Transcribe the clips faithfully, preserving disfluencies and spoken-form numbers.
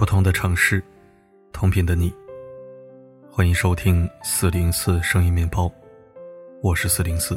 不同的城市，同频的你。欢迎收听四零四声音面包，我是四零四。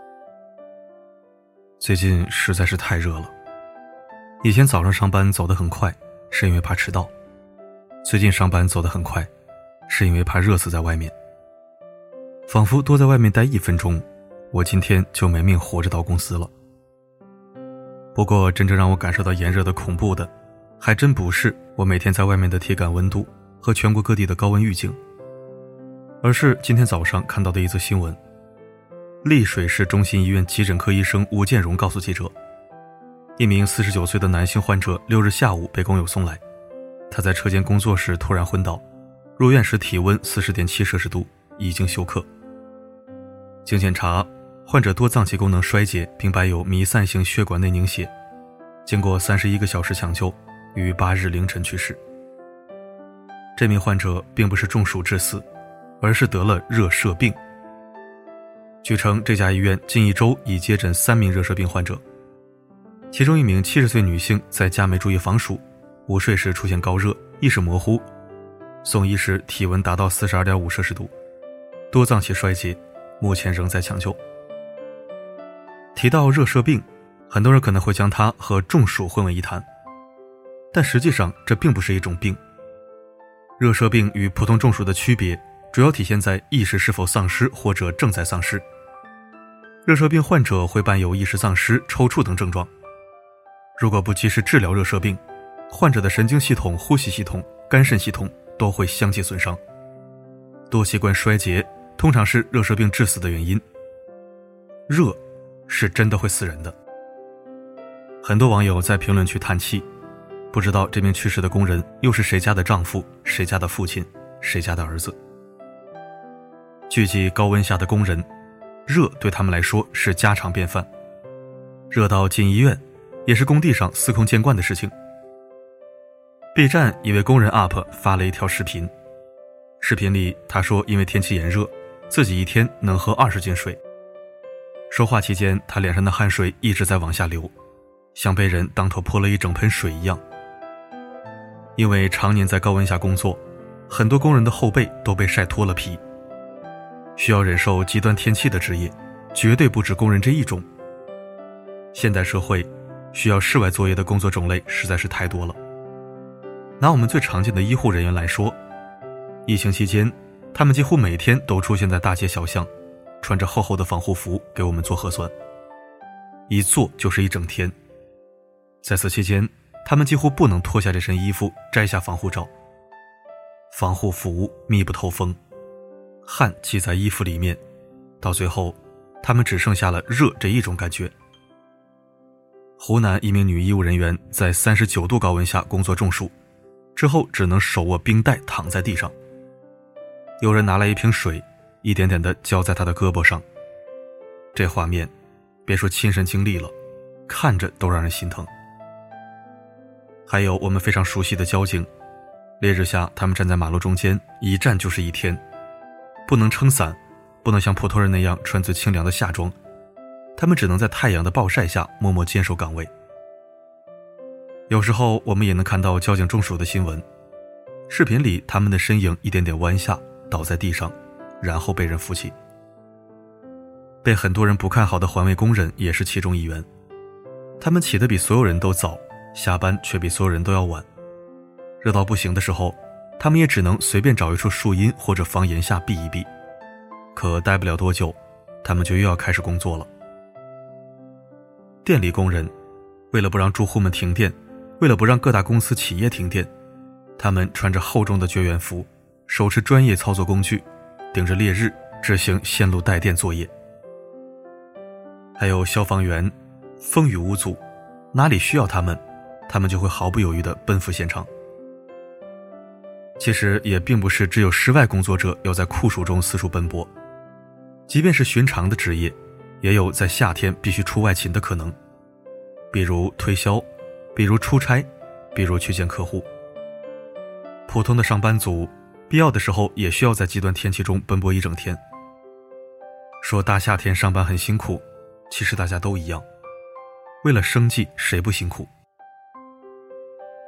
最近实在是太热了，以前早上上班走得很快，是因为怕迟到，最近上班走得很快，是因为怕热死在外面。仿佛多在外面待一分钟，我今天就没命活着到公司了。不过真正让我感受到炎热的恐怖的，还真不是我每天在外面的体感温度和全国各地的高温预警，而是今天早上看到的一则新闻。丽水市中心医院急诊科医生吴建荣告诉记者，一名四十九岁的男性患者六日下午被工友送来，他在车间工作时突然昏倒，入院时体温 四十点七摄氏度，已经休克。经检查，患者多脏器功能衰竭，并伴有弥散性血管内凝血，经过三十一个小时抢救，于八日凌晨去世。这名患者并不是中暑致死，而是得了热射病。据称，这家医院近一周已接诊三名热射病患者，其中一名七十岁女性在家没注意防暑，午睡时出现高热，意识模糊，送医时体温达到 四十二点五摄氏度，多脏器衰竭，目前仍在抢救。提到热射病，很多人可能会将它和中暑混为一谈，但实际上这并不是一种病。热射病与普通中暑的区别主要体现在意识是否丧失或者正在丧失。热射病患者会伴有意识丧失、抽搐等症状，如果不及时治疗热射病，患者的神经系统、呼吸系统、肝肾系统都会相继损伤。多器官衰竭通常是热射病致死的原因。热是真的会死人的。很多网友在评论区叹气，不知道这名去世的工人又是谁家的丈夫、谁家的父亲、谁家的儿子。聚集高温下的工人，热对他们来说是家常便饭，热到进医院也是工地上司空见惯的事情。B 站一位工人 U P 发了一条视频，视频里他说因为天气炎热，自己一天能喝二十斤水。说话期间，他脸上的汗水一直在往下流，像被人当头泼了一整盆水一样。因为常年在高温下工作，很多工人的后背都被晒脱了皮。需要忍受极端天气的职业，绝对不止工人这一种。现代社会需要室外作业的工作种类实在是太多了。拿我们最常见的医护人员来说，疫情期间，他们几乎每天都出现在大街小巷，穿着厚厚的防护服给我们做核酸，一做就是一整天。在此期间，他们几乎不能脱下这身衣服，摘下防护罩。防护服密不透风，汗积在衣服里面，到最后他们只剩下了热这一种感觉。湖南一名女医务人员在三十九度高温下工作中暑，之后只能手握冰袋躺在地上。有人拿来一瓶水，一点点地浇在她的胳膊上。这画面别说亲身经历了，看着都让人心疼。还有我们非常熟悉的交警，烈日下他们站在马路中间，一站就是一天，不能撑伞，不能像普通人那样穿最清凉的夏装，他们只能在太阳的暴晒下默默坚守岗位。有时候我们也能看到交警中暑的新闻，视频里他们的身影一点点弯下，倒在地上，然后被人扶起。被很多人不看好的环卫工人也是其中一员，他们起得比所有人都早，下班却比所有人都要晚。热到不行的时候，他们也只能随便找一处树荫或者房檐下避一避，可待不了多久，他们就又要开始工作了。电力工人为了不让住户们停电，为了不让各大公司企业停电，他们穿着厚重的绝缘服，手持专业操作工具，顶着烈日执行线路带电作业。还有消防员，风雨无阻，哪里需要他们，他们就会毫不犹豫地奔赴现场。其实也并不是只有室外工作者要在酷暑中四处奔波，即便是寻常的职业，也有在夏天必须出外勤的可能，比如推销，比如出差，比如去见客户。普通的上班族，必要的时候也需要在极端天气中奔波一整天。说大夏天上班很辛苦，其实大家都一样，为了生计谁不辛苦。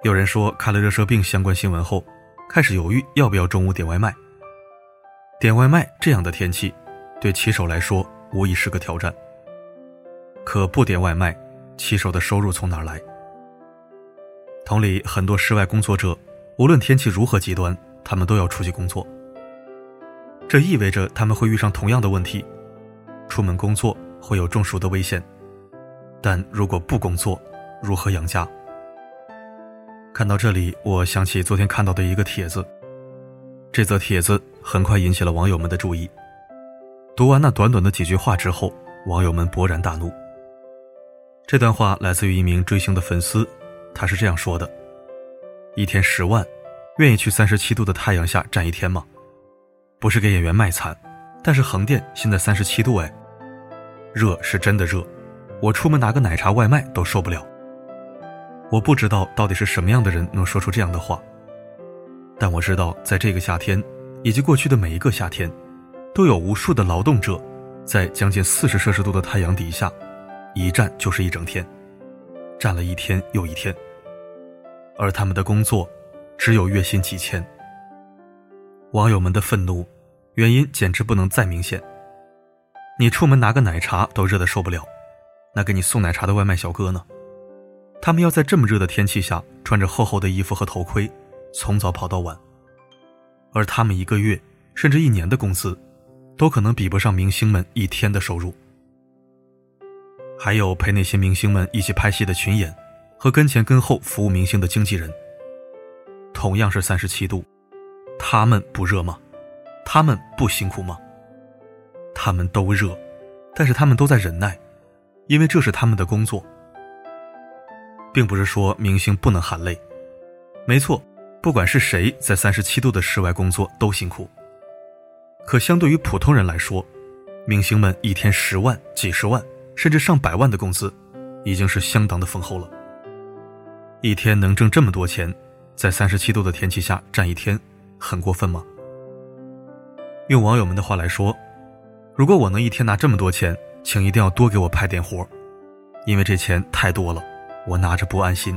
有人说看了热射病相关新闻后，开始犹豫要不要中午点外卖。点外卖这样的天气，对骑手来说无疑是个挑战。可不点外卖，骑手的收入从哪儿来？同理，很多室外工作者，无论天气如何极端，他们都要出去工作。这意味着他们会遇上同样的问题，出门工作会有中暑的危险，但如果不工作，如何养家？看到这里，我想起昨天看到的一个帖子，这则帖子很快引起了网友们的注意。读完那短短的几句话之后，网友们勃然大怒。这段话来自于一名追星的粉丝，他是这样说的：一天十万，愿意去三十七度的太阳下站一天吗？不是给演员卖惨，但是横店现在三十七度哎，热是真的热，我出门拿个奶茶外卖都受不了。我不知道到底是什么样的人能说出这样的话，但我知道在这个夏天以及过去的每一个夏天，都有无数的劳动者在将近四十摄氏度的太阳底下，一站就是一整天，站了一天又一天，而他们的工作只有月薪几千。网友们的愤怒原因简直不能再明显。你出门拿个奶茶都热得受不了，那给你送奶茶的外卖小哥呢？他们要在这么热的天气下穿着厚厚的衣服和头盔，从早跑到晚，而他们一个月甚至一年的工资都可能比不上明星们一天的收入。还有陪那些明星们一起拍戏的群演和跟前跟后服务明星的经纪人，同样是三十七度，他们不热吗？他们不辛苦吗？他们都热，但是他们都在忍耐，因为这是他们的工作。并不是说明星不能喊累，没错，不管是谁在三十七度的室外工作都辛苦。可相对于普通人来说，明星们一天十万、几十万甚至上百万的工资已经是相当的丰厚了。一天能挣这么多钱，在三十七度的天气下站一天，很过分吗？用网友们的话来说，如果我能一天拿这么多钱，请一定要多给我派点活，因为这钱太多了，我拿着不安心。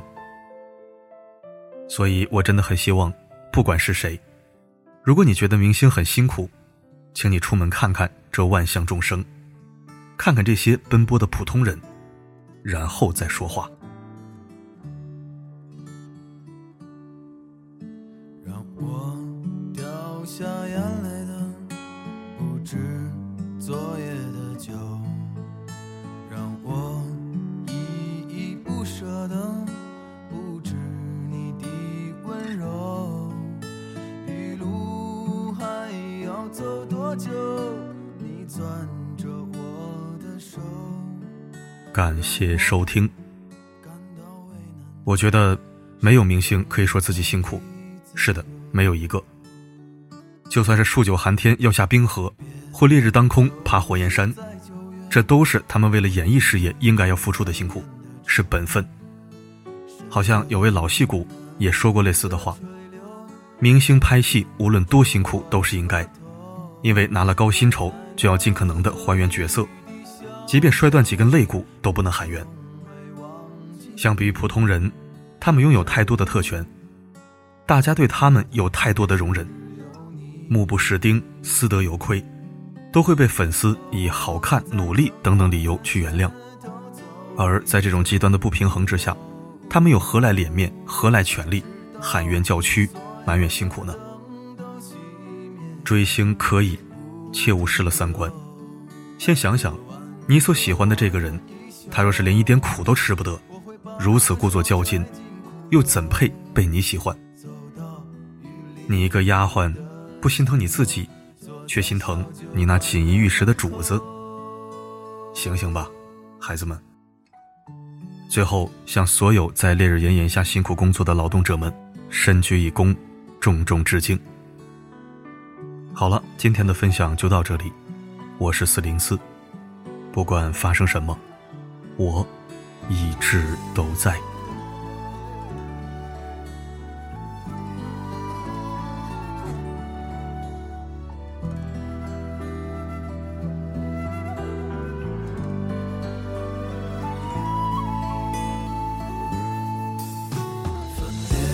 所以我真的很希望，不管是谁，如果你觉得明星很辛苦，请你出门看看这万象众生，看看这些奔波的普通人，然后再说话。 让我掉下眼泪的不止昨夜的酒，让我依依不舍的不止你的温柔，一路还要走多久，你攥着我的手。 感谢收听。我觉得没有明星可以说自己辛苦，是的，没有一个。就算是数九寒天要下冰河，或烈日当空爬火焰山，这都是他们为了演艺事业应该要付出的辛苦，是本分。好像有位老戏骨也说过类似的话，明星拍戏无论多辛苦都是应该，因为拿了高薪酬就要尽可能的还原角色，即便摔断几根肋骨都不能喊冤。相比于普通人，他们拥有太多的特权，大家对他们有太多的容忍，目不识丁，私德有亏，都会被粉丝以好看、努力等等理由去原谅。而在这种极端的不平衡之下，他们又何来脸面，何来权利喊冤叫屈，埋怨辛苦呢？追星可以，切勿失了三观。先想想，你所喜欢的这个人，他若是连一点苦都吃不得，如此故作较劲，又怎配被你喜欢？你一个丫鬟，不心疼你自己，却心疼你那锦衣玉食的主子。醒醒吧，孩子们。最后，向所有在烈日炎炎下辛苦工作的劳动者们深鞠一躬，重重致敬。好了，今天的分享就到这里，我是四零四，不管发生什么，我一直都在。 分别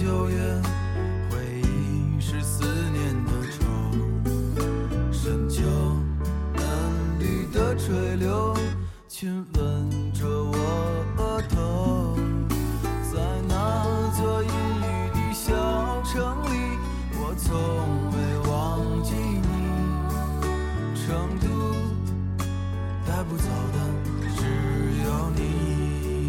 九月，回忆是思念的愁，深秋嫩绿的垂柳亲吻着我额头，在那座阴雨的小城里，我从未忘记你。成都带不走的只有你，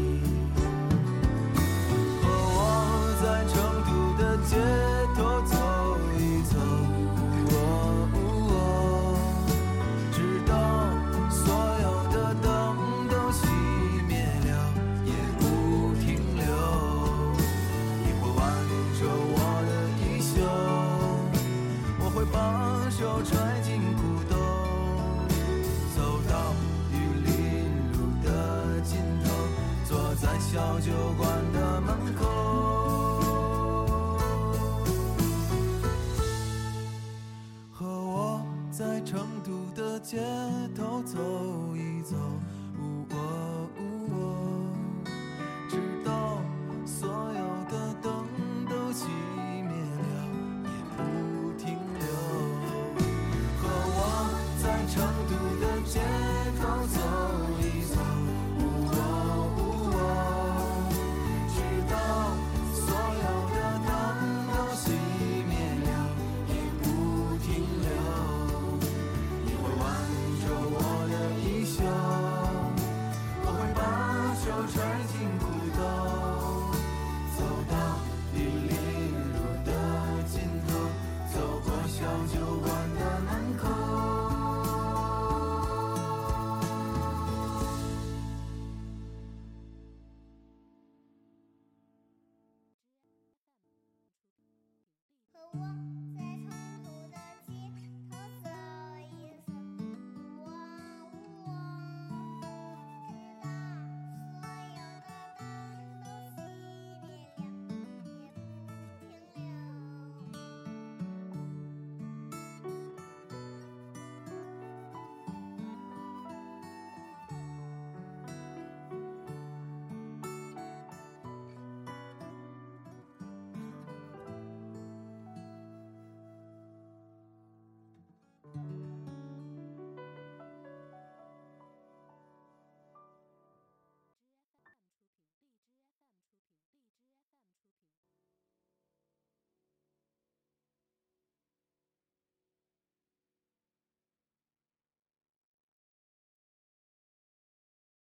和我在成都的街头走一走，哦哦，直到所有的灯都熄灭了也不停留。你会挽着我的衣袖，我会把手揣进裤兜，走到玉林路的尽头，坐在小酒馆的门口，和我在成都的街头走一走，哦哦，直到所有的灯都熄灭了也不停留。和我在成都的街头走一走，哦哦，直到所有的灯都熄灭了也不停留。你会挽着我的衣袖，我会把手揣进裤兜，走到玉林路的尽头，走过小酒馆的门口。 和我